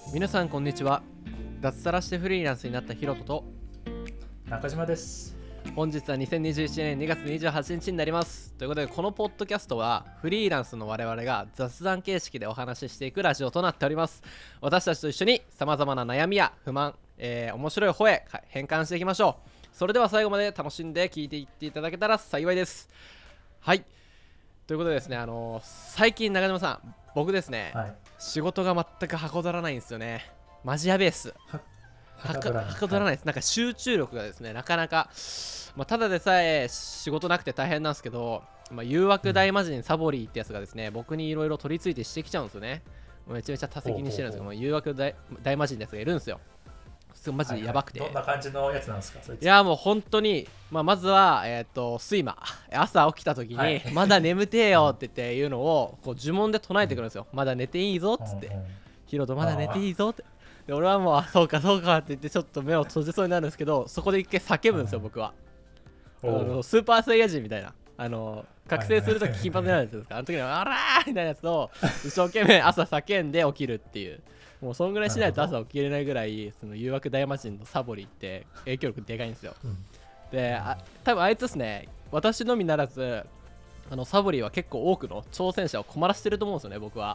皆さんこんにちは。脱サラしてフリーランスになったヒロトと中島です。 本日は2021年2月28日になります。ということでこのポッドキャストはフリーランスの我々が雑談形式でお話ししていくラジオとなっております。私たちと一緒に様々な悩みや不満、面白い方へ変換していきましょう。それでは最後まで楽しんで聞いていっていただけたら幸いです。はい、ということでですね、最近中島さん、僕ですね、 はい。 仕事が全くはこだらないんですよね。マジやべえっす。はかどらないです。なんか集中力がですね、なかなか、ただでさえ仕事なくて大変なんですけど、誘惑大魔人サボリーってやつがですね、僕にいろいろ取り付いてしてきちゃうんですよね。めちゃめちゃ多責にしてるんですけども、誘惑大魔人ってやつがいるんですよ。マジでやばくて、 どんな感じのやつなんですか、そいつ。 いやもう本当に、まずは、睡魔、朝起きた時に、まだ眠てえよって言うのをこう呪文で唱えてくるんですよ。まだ寝ていいぞっつって、ヒロトまだ寝ていいぞって。で俺はもうそうかそうかって言ってちょっと目を閉じそうになるんですけど、そこで一回叫ぶんですよ、僕は。スーパーサイヤ人みたいな、覚醒するとき金髪になるやつですか、あの時にあらーみたいなやつを一生懸命朝叫んで起きるっていう、もうそんぐらいしないと朝起きれないぐらい、その誘惑大魔人のサボリって影響力でかいんですよ。で、多分あいつですね、私のみならずサボリは結構多くの挑戦者を困らせてると思うんですよね、僕は。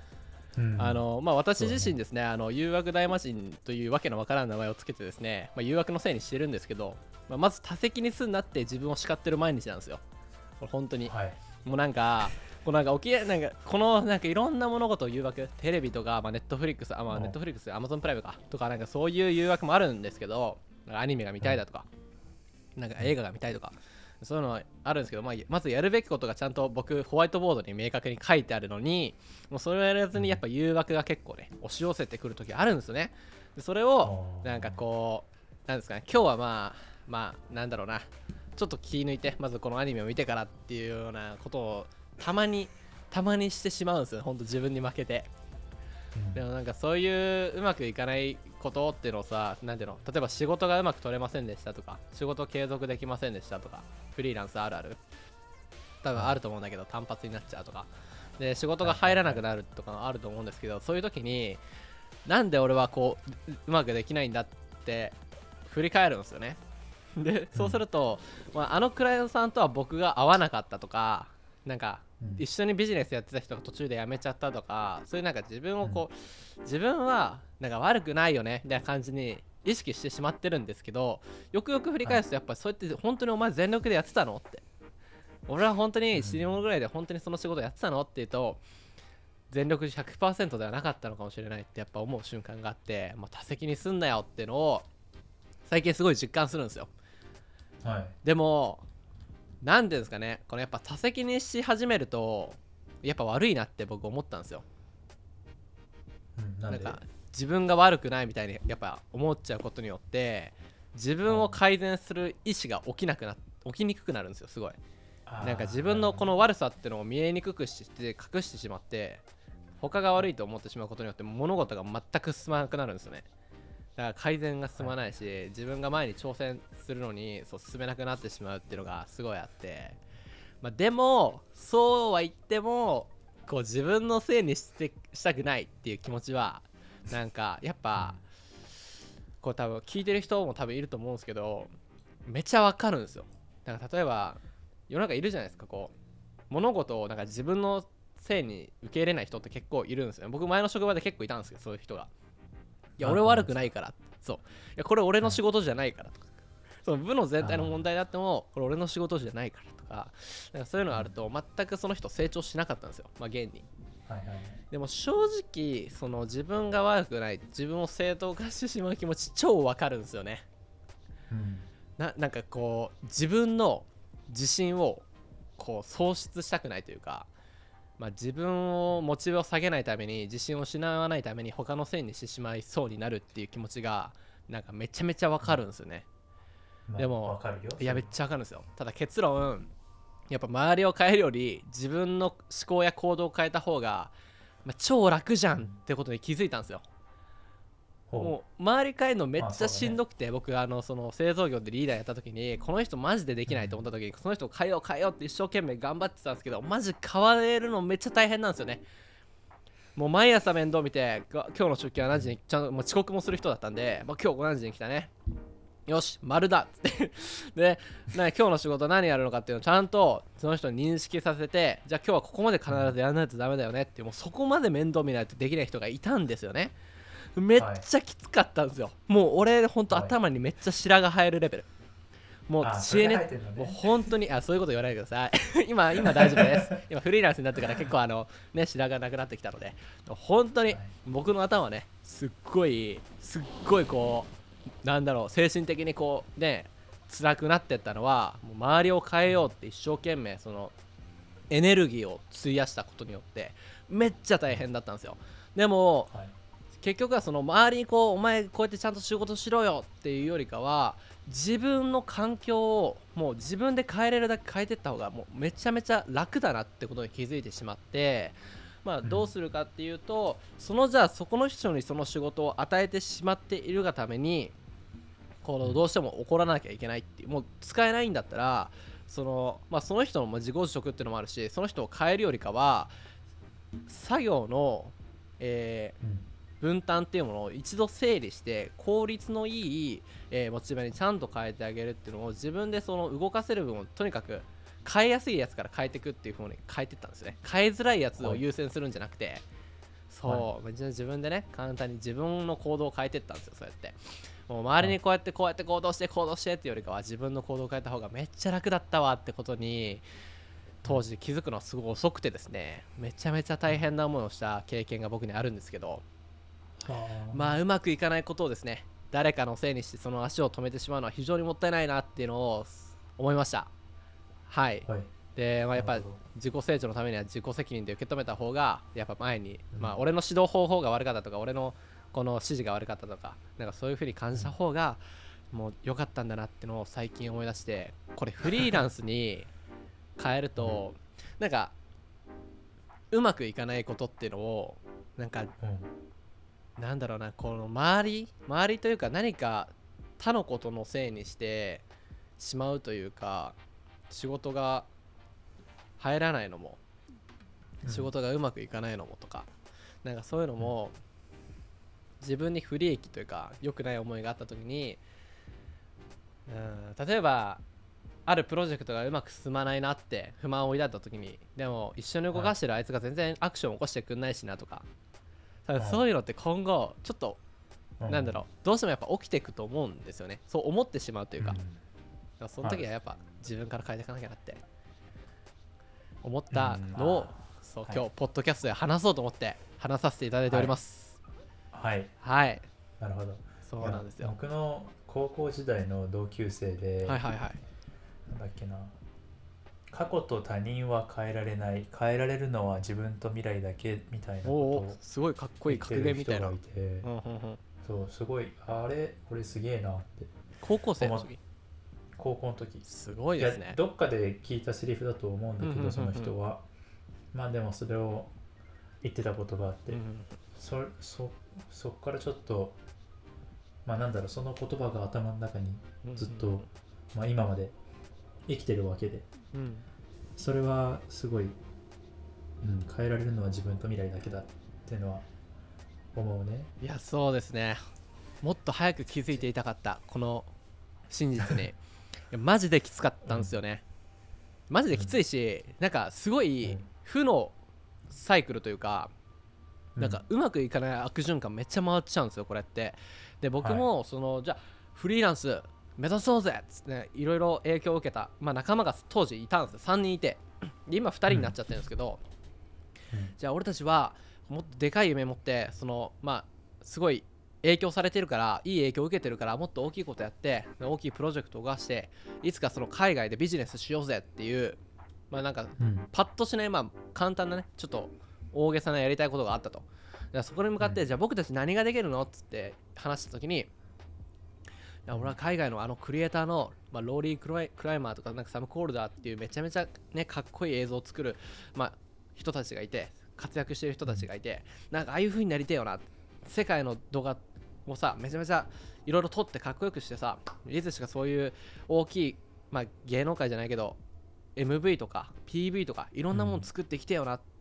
私自身ですね、誘惑大魔人というわけのわからん名前をつけてですね、誘惑のせいにしてるんですけど、まず多責にすんなって自分を叱ってる毎日なんですよ、これ本当に。もうなんかこの起きなんかこのなんかいろんな物事を誘惑、テレビとか、ネットフリックス、ネットフリックス、アマゾンプライムかとか、なんかそういう誘惑もあるんですけど、アニメが見たいだとか、なんか映画が見たいとか、そういうのはあるんですけど、まずやるべきことがちゃんと僕ホワイトボードに明確に書いてあるのに、もうそれをやらずにやっぱ誘惑が結構ね押し寄せてくる時あるんですよね。でそれをなんかこうなんですかね、今日はなんだろうな、ちょっと気抜いてまずこのアニメを見てからっていうようなことをたまにしてしまうんですよ、ほんと自分に負けて。でもなんかそういううまくいかないことっていうのをさ、なんていうの、例えば仕事がうまく取れませんでしたとか、仕事継続できませんでしたとか、フリーランスあるある多分あると思うんだけど、単発になっちゃうとかで仕事が入らなくなるとかあると思うんですけど、そういう時になんで俺はこうまくできないんだって振り返るんですよね。でそうすると、あのクライアントさんとは僕が合わなかったとか、なんか一緒にビジネスやってた人が途中で辞めちゃったとか、そういうなんか自分をこう、自分はなんか悪くないよねみたいな感じに意識してしまってるんですけど、よくよく振り返すとやっぱりそうやって本当にお前全力でやってたのって、俺は本当に死に物ぐらいで本当にその仕事やってたのって言うと、全力 100% ではなかったのかもしれないってやっぱ思う瞬間があって、多責にすんなよっていうのを最近すごい実感するんですよ。でもなんでですかね、このやっぱ多責にし始めるとやっぱ悪いなって僕思ったんですよ。なんか自分が悪くないみたいにやっぱ思っちゃうことによって自分を改善する意思が起きにくくなるんですよ、すごい。なんか自分のこの悪さってのを見えにくくして隠してしまって、他が悪いと思ってしまうことによって物事が全く進まなくなるんですよね。だから改善が進まないし、自分が前に挑戦するのに進めなくなってしまうっていうのがすごいあって、でもそうは言ってもこう自分のせいにしたくないっていう気持ちはなんかやっぱこう多分聞いてる人も多分いると思うんですけど、めっちゃわかるんですよ。だから例えば世の中いるじゃないですか、こう物事をなんか自分のせいに受け入れない人って結構いるんですよ。僕前の職場で結構いたんですけど、そういう人が、いや俺悪くないから、そういやこれ俺の仕事じゃないからとか、その部の全体の問題であってもこれ俺の仕事じゃないからとか、なんかそういうのがあると全くその人成長しなかったんですよ、現に。でも正直その自分が悪くない、自分を正当化してしまう気持ち超わかるんですよね。なんかこう自分の自信をこう喪失したくないというか、自分をモチベを下げないために、自信を失わないために他のせいにしてしまいそうになるっていう気持ちがなんかめちゃめちゃわかるんですよね。でもいやめっちゃわかるんですよ。ただ結論、やっぱ周りを変えるより自分の思考や行動を変えた方が、超楽じゃんってことに気づいたんですよ。もう周り変えるのめっちゃしんどくて、僕その製造業でリーダーやった時にこの人マジでできないと思った時に、その人を変えようって一生懸命頑張ってたんですけど、マジ変われるのめっちゃ大変なんですよね。 もう毎朝面倒見て今日の出勤は何時にちゃんと、遅刻もする人だったんで、今日何時に来たね、よし丸だっつってで、今日の仕事何やるのかっていうのをちゃんとその人に認識させて、じゃあ今日はここまで必ずやらないとダメだよねっていう、もうそこまで面倒見ないとできない人がいたんですよね。めっちゃきつかったんですよ。もう俺ほんと頭にめっちゃ白が生えるレベル、もう知恵ね、もう本当にそういうこと言わないでください今大丈夫です。今フリーランスになってから結構白がなくなってきたので、本当に僕の頭はね、すっごいこうなんだろう、精神的にこうね辛くなってったのは、もう周りを変えようって一生懸命そのエネルギーを費やしたことによってめっちゃ大変だったんですよ。でも、結局はその周りにこうお前こうやってちゃんと仕事しろよっていうよりかは、自分の環境をもう自分で変えれるだけ変えていった方がもうめちゃめちゃ楽だなってことに気づいてしまって、どうするかっていうと、じゃあそこの人にその仕事を与えてしまっているがためにどうしても怒らなきゃいけないっていう、もう使えないんだったらその人の自己辞職っていうのもあるし、その人を変えるよりかは作業の、分担っていうものを一度整理して効率のいい、モチベにちゃんと変えてあげるっていうのを、自分でその動かせる分をとにかく変えやすいやつから変えていくっていう風に変えていったんですね。変えづらいやつを優先するんじゃなくて、自分でね簡単に自分の行動を変えていったんですよ。そうやってもう周りにこうやって行動してっていうよりかは、自分の行動を変えた方がめっちゃ楽だったわってことに当時気づくのはすごい遅くてですね、めちゃめちゃ大変な思いをした経験が僕にあるんですけど、うまくいかないことをですね、誰かのせいにしてその足を止めてしまうのは非常にもったいないなっていうのを思いました。で、やっぱ自己成長のためには自己責任で受け止めた方がやっぱ前に、俺の指導方法が悪かったとか、俺のこの指示が悪かったとか、なんかそういう風に感じた方がもう良かったんだなってのを最近思い出して、これフリーランスに変えるとなんかうまくいかないことっていうのをなんか、なんだろうな、この周りというか何か他のことのせいにしてしまうというか、仕事が入らないのも、仕事がうまくいかないのもとか、なんかそういうのも自分に不利益というか良くない思いがあった時に、例えばあるプロジェクトがうまく進まないなって不満を抱いた時に、でも一緒に動かしてるあいつが全然アクションを起こしてくんないしなとか、そういうのって今後ちょっとなんだろう、どうしてもやっぱ起きていくと思うんですよね。そう思ってしまうというか、その時はやっぱ自分から変えていかなきゃなって思ったのを、今日ポッドキャストで話そうと思って話させていただいております。 なるほど。 そうなんですよ。 僕の高校時代の同級生で、なんだっけな、過去と他人は変えられない、変えられるのは自分と未来だけみたいなことをすごいかっこいい格言みたいな。 そうすごいこれすげえなって。 高校生の時？ 高校の時。 すごいですね。 どっかで聞いたセリフだと思うんだけど、その人はでもそれを言ってたことがあって、そっからちょっとなんだろう、その言葉が頭の中にずっと、今まで生きてるわけで、それはすごい、変えられるのは自分と未来だけだっていうのは思うね。 いや、そうですね。もっと早く気づいていたかった、この真実に。いやマジできつかったんですよね。マジできついし、なんかすごい負のサイクルというか、なんかうまくいかない悪循環めっちゃ回っちゃうんですよ、これって。で、僕もじゃあフリーランス目指そうぜっつって、いろいろ影響を受けた、仲間が当時いたんですよ。3人いて、で今2人になっちゃってるんですけど、じゃあ俺たちはもっとでかい夢持って、すごい影響されてるから、いい影響を受けてるから、もっと大きいことやって大きいプロジェクトを出して、いつかその海外でビジネスしようぜっていう、なんかパッとしない、簡単なね、ちょっと大げさなやりたいことがあったと。そこに向かって、じゃあ僕たち何ができるのっつって話した時に、俺は海外のクリエイターの、ローリー・クライマーとか、なんかサム・コールダーっていうめちゃめちゃ、かっこいい映像を作る、人たちがいて、活躍してる人たちがいて、なんかああいう風になりてえよな、世界の動画をさめちゃめちゃいろいろ撮ってかっこよくしてさ、いつしかそういう大きい、芸能界じゃないけど MV とか PV とかいろんなもの作ってきてよなっ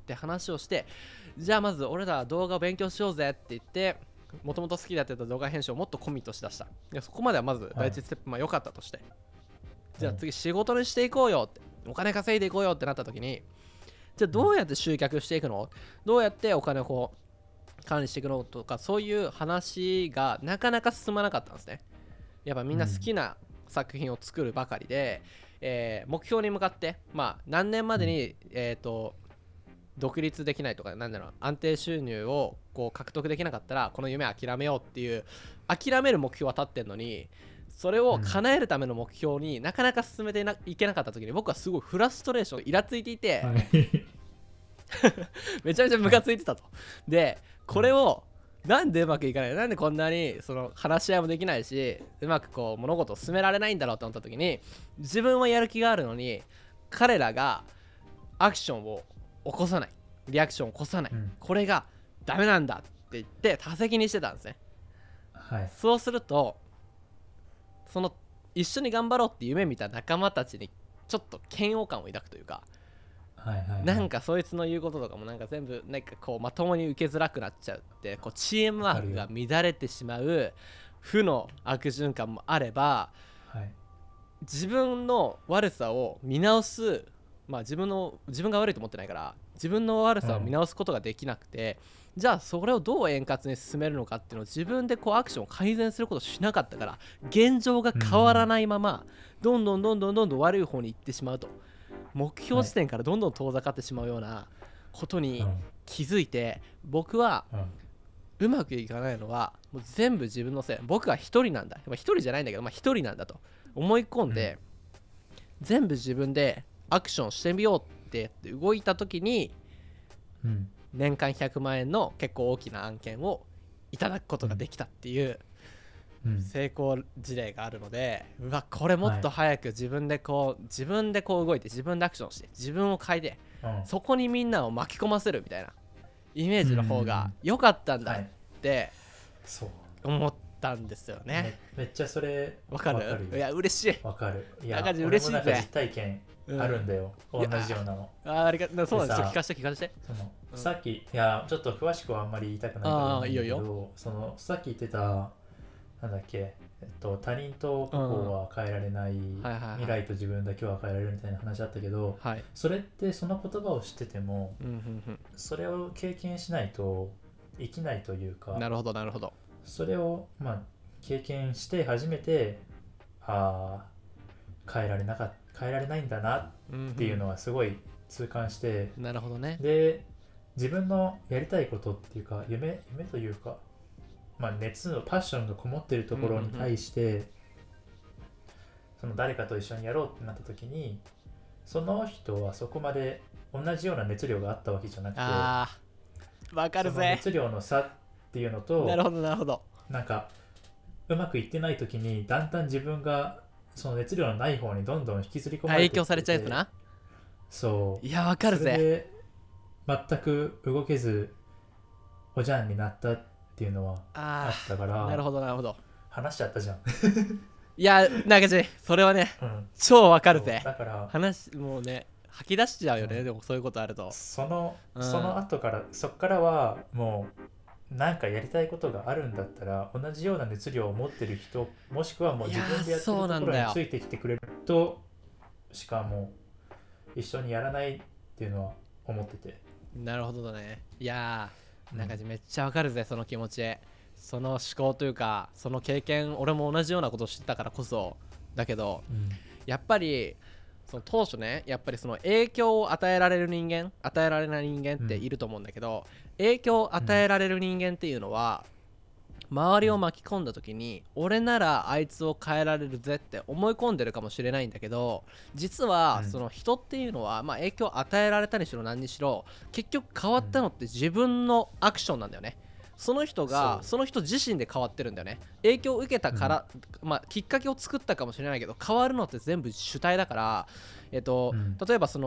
って話をして、じゃあまず俺ら動画を勉強しようぜって言って、もともと好きでやってた動画編集をもっとコミットしだした。でそこまではまず第一ステップ、まあ良かったとして、じゃあ次仕事にしていこうよって、お金稼いでいこうよってなった時に、じゃあどうやって集客していくの、どうやってお金をこう管理していくのとか、そういう話がなかなか進まなかったんですね。やっぱみんな好きな作品を作るばかりで、目標に向かって、まあ何年までに、独立できないとか、なんだろう、安定収入をこう獲得できなかったらこの夢諦めようっていう諦める目標は立ってんのに、それを叶えるための目標になかなか進めていけなかった時に、僕はすごいフラストレーション、イラついていて、はい、めちゃめちゃムカついてたと。でこれをなんでうまくいかない、なんでこんなにその話し合いもできないし、うまくこう物事を進められないんだろうと思った時に、自分はやる気があるのに彼らがアクションを起こさない、リアクションを起こさない、これがダメなんだって言って多責にしてたんですね。 はい、 そうするとその一緒に頑張ろうって夢見た仲間たちにちょっと嫌悪感を抱くというか、 はいはいはい、 なんかそいつの言うこととかもなんか全部なんかこうまともに受けづらくなっちゃうって、こうチームワークが乱れてしまう負の悪循環もあれば、 はい、 自分の悪さを見直す、まあ自分が悪いと思ってないから自分の悪さを見直すことができなくて、じゃあそれをどう円滑に進めるのかっていうのを自分でこうアクションを改善することをしなかったから、現状が変わらないままどんどん悪い方に行ってしまうと、目標地点からどんどん遠ざかってしまうようなことに気づいて、僕はうまくいかないのはもう全部自分のせい、僕は一人なんだ、一人じゃないんだけど、一人なんだと思い込んで、全部自分でアクションしてみようって動いた時に、年間100万円の結構大きな案件をいただくことができたっていう成功事例があるので、うわこれもっと早く自分でこう動いて自分でアクションして自分を変えて、そこにみんなを巻き込ませるみたいなイメージの方が良かったんだって思ったんですよね。 めっちゃそれわかる。いや嬉しい。 わかる。いや嬉しいぜ。 俺もなんか実体験あるんだよ、同じようなの。 ありがとう。そうなんですよ。聞かせて。 さっきいやちょっと詳しくはあんまり言いたくないからいいけど、そのさっき言ってたなんだっけ、他人と過去は変えられない、未来と自分だけは変えられるみたいな話だったけど、それってその言葉を知ってても、それを経験しないと生きないというか、 なるほどそれをまあ経験して初めて変えられないんだなっていうのはすごい痛感して、 なるほどね。 で自分のやりたいことっていうか夢というか、まあ、パッションがこもっているところに対して、その誰かと一緒にやろうってなった時に、その人はそこまで同じような熱量があったわけじゃなくて、 わかるぜ。 その熱量の差っていうのと、 なるほど。 なんかうまくいってない時にだんだん自分がその熱量のない方にどんどん引きずり込まれて影響されちゃうやつな。 そう。 いやわかるぜ。 それで全く動けずおじゃんになったっていうのはあったから。 なるほど。 話しちゃったじゃん。 いやなんかそれはね、超わかるぜ。 だからもうね吐き出しちゃうよね、でもそういうことあると。 その後からそっからはもうなんかやりたいことがあるんだったら同じような熱量を持ってる人、もしくはもう自分でやってるところについてきてくれるとしかもう一緒にやらないっていうのは思ってて。 なるほどだね。いやなんかめっちゃわかるぜ、その気持ち、その思考というかその経験。俺も同じようなことを知ってたからこそだけど、やっぱりその当初ね、やっぱりその影響を与えられる人間、与えられない人間っていると思うんだけど、影響を与えられる人間っていうのは、周りを巻き込んだ時に俺ならあいつを変えられるぜって思い込んでるかもしれないんだけど、実はその人っていうのは、まあ影響を与えられたにしろ何にしろ結局変わったのって自分のアクションなんだよね。その人がその人自身で変わってるんだよね。影響を受けたから、まあきっかけを作ったかもしれないけど変わるのって全部主体だから、例えばその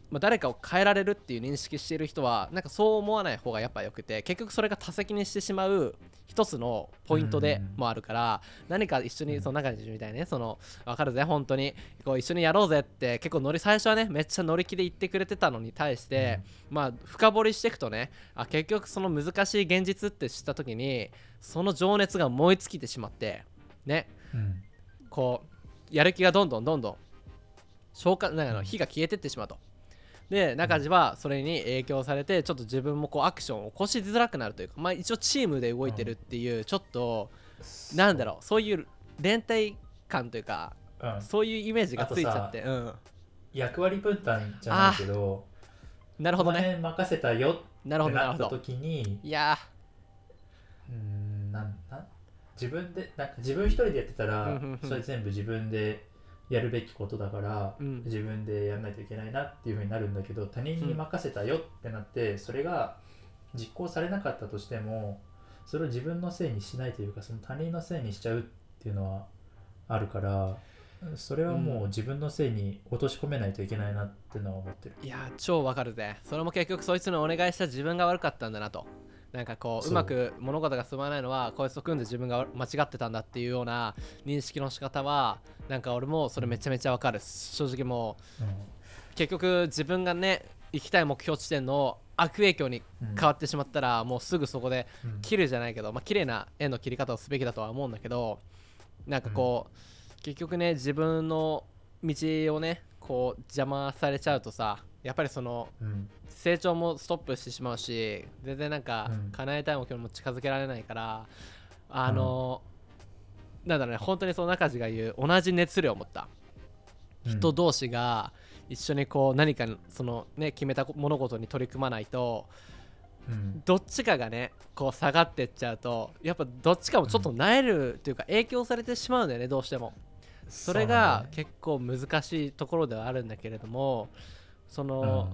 まあ、誰かを変えられるっていう認識している人はなんかそう思わない方がやっぱ良くて、結局それが多責にしてしまう一つのポイントでもあるから、何か一緒にその中にみたいにね、その分かるぜ本当にこう一緒にやろうぜって結構最初はねめっちゃ乗り気で言ってくれてたのに対して、まあ深掘りしていくとね、結局その難しい現実って知った時にその情熱が燃え尽きてしまってね、こうやる気がどんどん火が消えてってしまうと。で中地はそれに影響されてちょっと自分もこうアクションを起こしづらくなるというか、まあ一応チームで動いてるっていうちょっとなんだろう、そういう連帯感というか、そういうイメージがついちゃって、 役割分担じゃないけど、 なるほどね、 この辺任せたよってなった時に、 いや自分一人でやってたらそれ全部自分でやるべきことだから、自分でやらないといけないなっていう風になるんだけど、他人に任せたよってなって、それが実行されなかったとしてもそれを自分のせいにしないというか、その他人のせいにしちゃうっていうのはあるから、それはもう自分のせいに落とし込めないといけないなってのは思ってる。 いや超わかるぜ。それも結局そいつにお願いした自分が悪かったんだなと。なんかこううまく物事が進まないのはこいつと組んで自分が間違ってたんだっていうような認識の仕方はなんか俺もそれめちゃめちゃわかる。正直もう、結局自分がね行きたい目標地点の悪影響に変わってしまったら、もうすぐそこで切るじゃないけど、まあ綺麗な円の切り方をすべきだとは思うんだけど、なんかこう、結局ね自分の道をねこう邪魔されちゃうとさ、やっぱりその、成長もストップしてしまうし、全然なんか叶えたい目標も近づけられないから、なんだろうね、本当にその中地が言う同じ熱量を持った人同士が一緒にこう何かそのね決めた物事に取り組まないと、どっちかがねこう下がってっちゃうと、やっぱどっちかもちょっと萎えるというか影響されてしまうんだよね、どうしても。それが結構難しいところではあるんだけれども、その、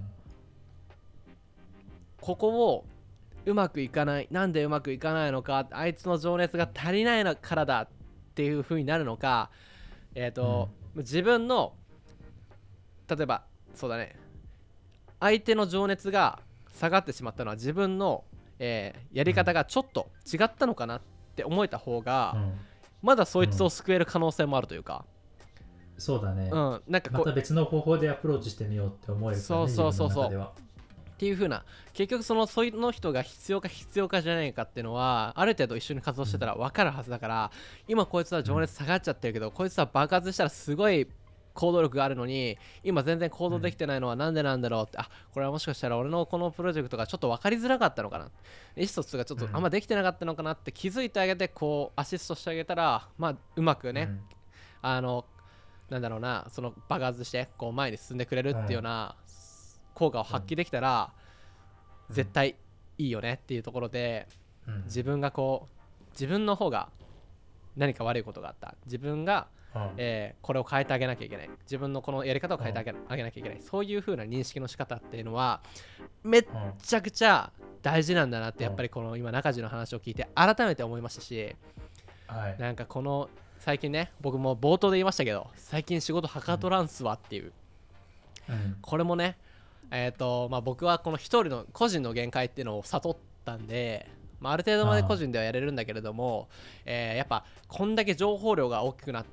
ここをうまくいかない、なんでうまくいかないのか、あいつの情熱が足りないからだっていう風になるのか、自分の例えばそうだね、相手の情熱が下がってしまったのは自分の、やり方がちょっと違ったのかなって思えた方が、まだそいつを救える可能性もあるというか、 そうだね、 なんかこうまた別の方法でアプローチしてみようって思えるからね、 そう自分の中ではっていう風な、結局その人が必要かじゃないかっていうのはある程度一緒に活動してたら分かるはずだから、今こいつは情熱下がっちゃってるけど、こいつは爆発したらすごい行動力があるのに今全然行動できてないのはなんでなんだろうって、これはもしかしたら俺のこのプロジェクトがちょっと分かりづらかったのかな、意思疎通がちょっとあんまできてなかったのかなって気づいてあげて、こうアシストしてあげたら、まあうまくね、なんだろうな、その爆発してこう前に進んでくれるっていうような効果を発揮できたら、絶対いいよねっていうところで、自分がこう自分の方が何か悪いことがあった、自分がこれを変えてあげなきゃいけない、自分のこのやり方を変えてあげなきゃいけない、そういう風な認識の仕方っていうのはめっちゃくちゃ大事なんだなって、やっぱりこの今中地の話を聞いて改めて思いましたし、なんかこの最近ね、僕も冒頭で言いましたけど最近仕事はかどらんすわっていう、これもねまあ、僕はこの一人の個人の限界っていうのを悟ったんで、まあ、ある程度まで個人ではやれるんだけれども、やっぱこんだけ情報量が大きくなって、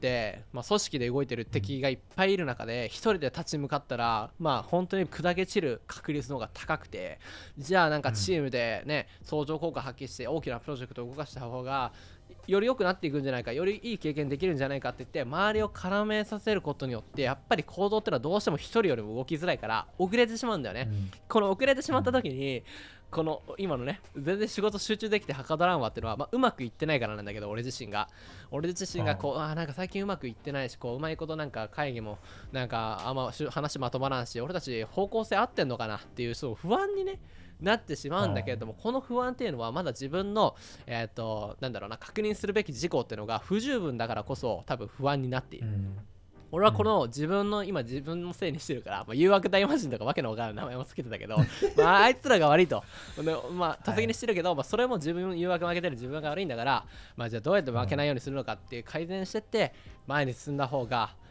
まあ、組織で動いてる敵がいっぱいいる中で一人で立ち向かったら、まあ本当に砕け散る確率の方が高くて、じゃあなんかチームでね相乗効果発揮して大きなプロジェクトを動かした方がより良くなっていくんじゃないか、よりいい経験できるんじゃないかって言って周りを絡めさせることによって、やっぱり行動ってのはどうしても一人よりも動きづらいから遅れてしまうんだよね、この遅れてしまった時にこの今のね全然仕事集中できてはかどらんわっていうのは、まあ、うまくいってないからなんだけど、俺自身がこうなんか最近うまくいってないし、こううまいことなんか会議もなんかあんま話まとまらんし、俺たち方向性合ってんのかなっていうそう不安にねなってしまうんだけれども、この不安っていうのはまだ自分のなんだろうな、確認するべき事項っていうのが不十分だからこそ多分不安になっている、俺はこの自分のせいにしてるから、まあ、誘惑大魔神とかわけのわからん名前もつけてたけどまああいつらが悪いと、まあ多責にしてるけど、まあ、それも自分誘惑負けてる自分が悪いんだから、まあじゃあどうやって負けないようにするのかっていう改善してって前に進んだ方が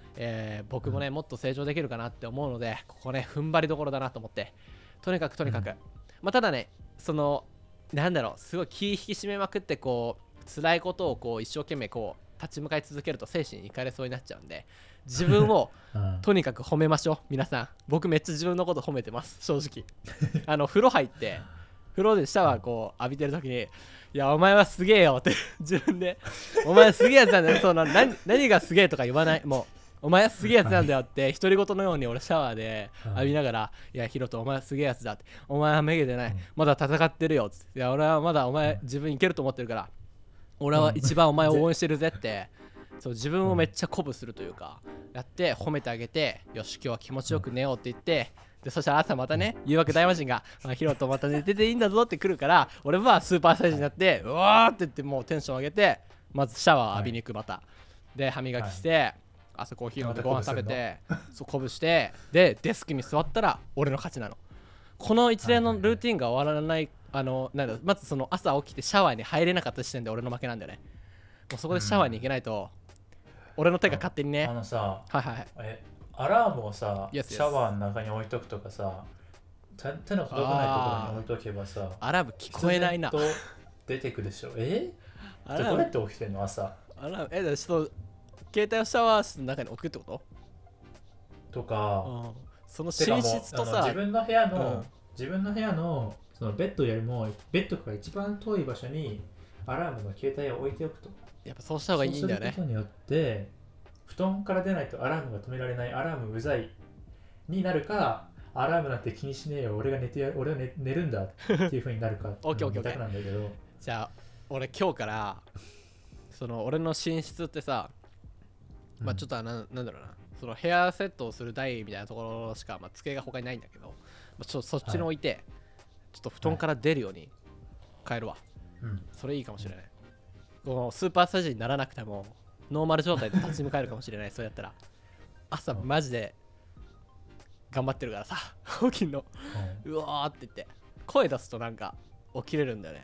僕もね、もっと成長できるかなって思うので、ここね踏ん張りどころだなと思って、とにかく、まあ、ただね、なんだろう、すごい気引き締めまくってこう辛いことをこう一生懸命こう立ち向かい続けると精神にいかれそうになっちゃうんで、自分をとにかく褒めましょう皆さん。僕めっちゃ自分のこと褒めてます、正直。風呂入って風呂でシャワーこう浴びてる時に、いやお前はすげえよって自分でお前すげえやつなんだよ、何がすげえとか言わない、もうお前はすげえやつなんだよって独り言のように俺シャワーで浴びながら、いやヒロトお前はすげえやつだって、お前はめげてない、まだ戦ってるよっつって、いや俺はまだお前自分いけると思ってるから、俺は一番お前を応援してるぜって、そう自分をめっちゃ鼓舞するというかやって褒めてあげて、よし今日は気持ちよく寝ようって言って、でそしたら朝またね、誘惑大魔神がヒロトまた寝てていいんだぞって来るから、俺はスーパーサイズになってうわーって言ってもうテンション上げて、まずシャワー浴びに行く、またで歯磨きして、朝コーヒー飲んでご飯食べて、そう鼓舞して、でデスクに座ったら俺の勝ちなの。この一連のルーティンが終わらない、なんだまずその朝起きてシャワーに入れなかった時点で俺の負けなんだよね。もうそこでシャワーに行けないと、俺の手が勝手にね、 アラームをさ、 シャワーの中に置いとくとかさ、手の届かないところに置いとけばさ、 アラーム聞こえないな。 出てくでしょ。じゃあどうやって起きてんの朝。 アラーム、ちょっと携帯をシャワー室の中に置くってこととか、 その寝室とさ、 自分の部屋のそのベッドよりもベッドから一番遠い場所にアラームの携帯を置いておくと。 やっぱそうした方がいいんだよね。 そうすることによって布団から出ないとアラームが止められない、アラームうざいになるか、アラームなんて気にしねえよ、俺は寝るんだっていう風になるかっていうのがなんだけどじゃあ俺今日からその俺の寝室ってさ、まあちょっとなんだろうな、そのヘアセットをする台みたいなところしか、まあ、机が他にないんだけど、ちょっとそっちに置いて、ちょっと布団から出るように変えるわ。それいいかもしれない。このスーパースタジオにならなくてもノーマル状態で立ち向かえるかもしれない。そうやったら朝マジで頑張ってるからさ、起きんの、うわーって言って声出すとなんか起きれるんだよね。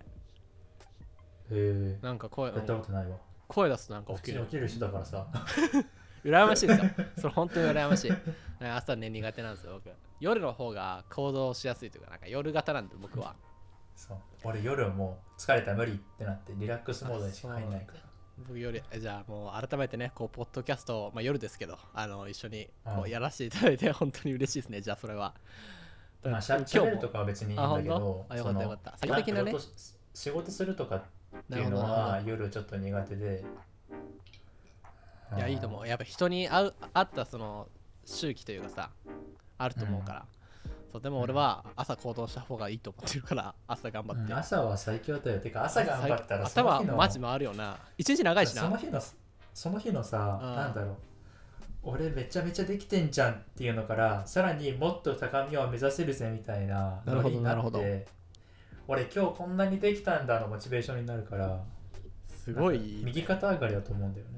なんかやったことないわ。 声出すとなんか起きる。 起きる人だからさ羨ましいですよ。それ本当に羨ましい。朝ね苦手なんですよ僕。夜の方が行動しやすいというか、なんか夜型なんで僕は。 そう俺夜はもう疲れたら無理ってなってリラックスモードにしか入んないから。 僕夜じゃあもう改めてね、こうポッドキャストを、まあ、夜ですけど一緒にこうやらせていただいて本当に嬉しいですね。じゃあそれはまあ喋るとかは別にいいんだけど、 よかったよかった。先的なね、 仕事するとかっていうのは夜ちょっと苦手で。 いやいいと思う。やっぱ人に会ったその周期というかさあると思うから、そうでも俺は朝行動した方がいいと思ってるから朝頑張って、 朝は最強だよ。てか朝頑張ったら頭マジ回るよな。一日長いしな。 その日のさ、なんだろう、俺めちゃめちゃできてんじゃんっていうのからさらにもっと高みを目指せるぜみたいなノリになって、俺今日こんなにできたんだのモチベーションになるから、 すごい右肩上がりだと思うんだよね。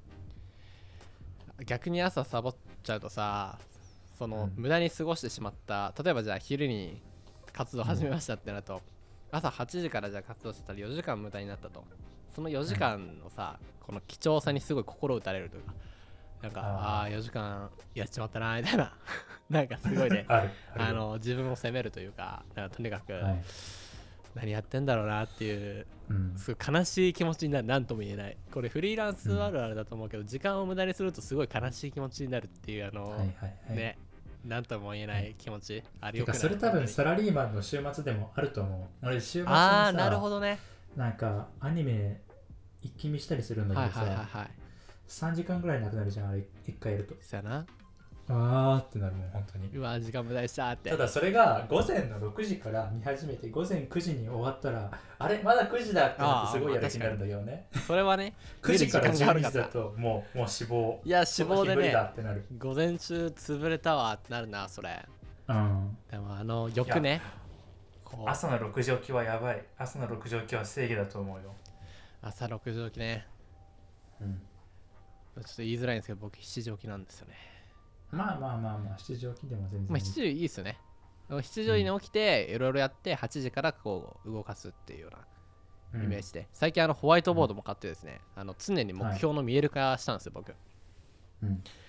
逆に朝サボっちゃうとさ、その無駄に過ごしてしまった、例えばじゃあ昼に活動始めましたってなると、朝8時からじゃあ活動してたら4時間無駄になったと。その4時間のさ、この貴重さにすごい心打たれるというか、なんか4時間やっちまったなみたいななんかすごいね自分を責めるというか、なんかとにかく、何やってんだろうなっていう、すごい悲しい気持ちになる。なんとも言えない。これフリーランスあるあるだと思うけど、時間を無駄にするとすごい悲しい気持ちになるっていうね、なんとも言えない気持ち、あれよくない。 それ多分サラリーマンの週末でもあると思う。俺週末にさ、 なるほどね、 なんかアニメ一気見したりするんだけどさ、3時間ぐらいなくなるじゃん、あれ1回やると。 そうやな。 ってなるもん本当に。 うわ時間無駄にしたって。 ただそれが午前の6時から見始めて午前9時に終わったら、あれまだ9時だってなってすごいやる気になるんだけどね。 それはね 9時から12時だともう死亡。 いや死亡でね、 午前中潰れたわってなるなそれ。でもよくね、 朝の6時起きはやばい。朝の6時起きは正義だと思うよ。 朝6時起きね、ちょっと言いづらいんですけど僕7時起きなんですよね。 まあ7時起きでも全然、 7時いいっすよね。7時に起きていろいろやって8時からこう動かすっていうようなイメージで、最近ホワイトボードも買ってですね、常に目標の見える化したんですよ僕。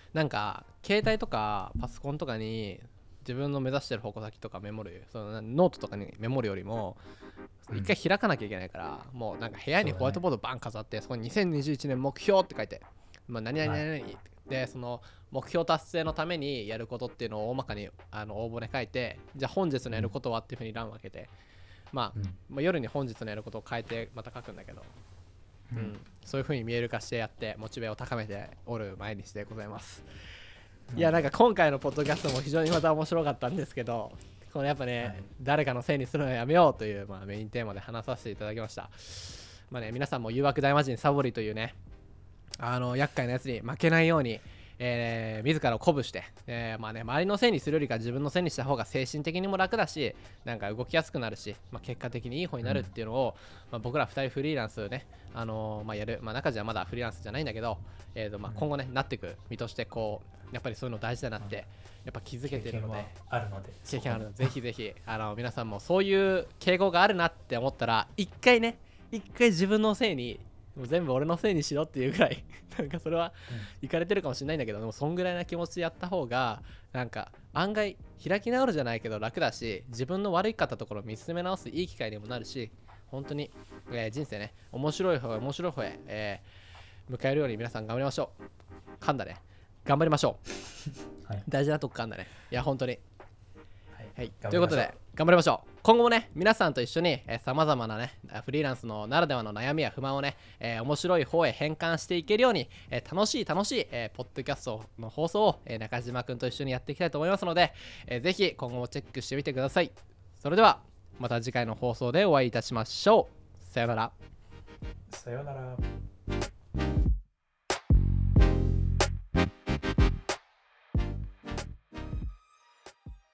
なんか携帯とかパソコンとかに自分の目指してる矛先とかメモる、そのノートとかにメモるよりも一回開かなきゃいけないから、もうなんか部屋にホワイトボードバン飾って、そこに2021年目標って書いて、まあ、何々何々、でその目標達成のためにやることっていうのを大まかに応募で書いて、じゃあ本日のやることはっていうふうに欄を分けて、まあ夜に本日のやることを変えてまた書くんだけど、そういう風に見える化してやってモチベを高めておる毎日でございます。いやなんか今回のポッドキャストも非常にまた面白かったんですけど、これやっぱね、誰かのせいにするのはやめようという、メインテーマで話させていただきました。皆さんも誘惑大魔神サボりというね、厄介なやつに負けないように、自らを鼓舞して、周りのせいにするよりか自分のせいにした方が精神的にも楽だし、なんか動きやすくなるし、結果的にいい方になるっていうのを、僕ら2人フリーランスね、やる、中じゃまだフリーランスじゃないんだけど、今後ねなっていく身としてこうやっぱりそういうの大事だなってやっぱ気づけてるので、経験あるので、ぜひぜひ皆さんもそういう傾向があるなって思ったら一回自分のせいに、もう全部俺のせいにしろっていうぐらいなんかそれはイかれてるかもしれないんだけど、でもそんぐらいな気持ちでやった方がなんか案外開き直るじゃないけど楽だし、自分の悪かったところを見つめ直すいい機会にもなるし、本当に、人生ね面白い方へ、迎えるように皆さん頑張りましょう。噛んだね、頑張りましょう、大事なとこ噛んだね。いや本当にはい、ということで頑張りましょう。今後もね皆さんと一緒にさまざまなねフリーランスのならではの悩みや不満をね、面白い方へ変換していけるように、楽しい、ポッドキャストの放送を、中島くんと一緒にやっていきたいと思いますので、ぜひ今後もチェックしてみてください。それではまた次回の放送でお会いいたしましょう。さようなら。 さようなら。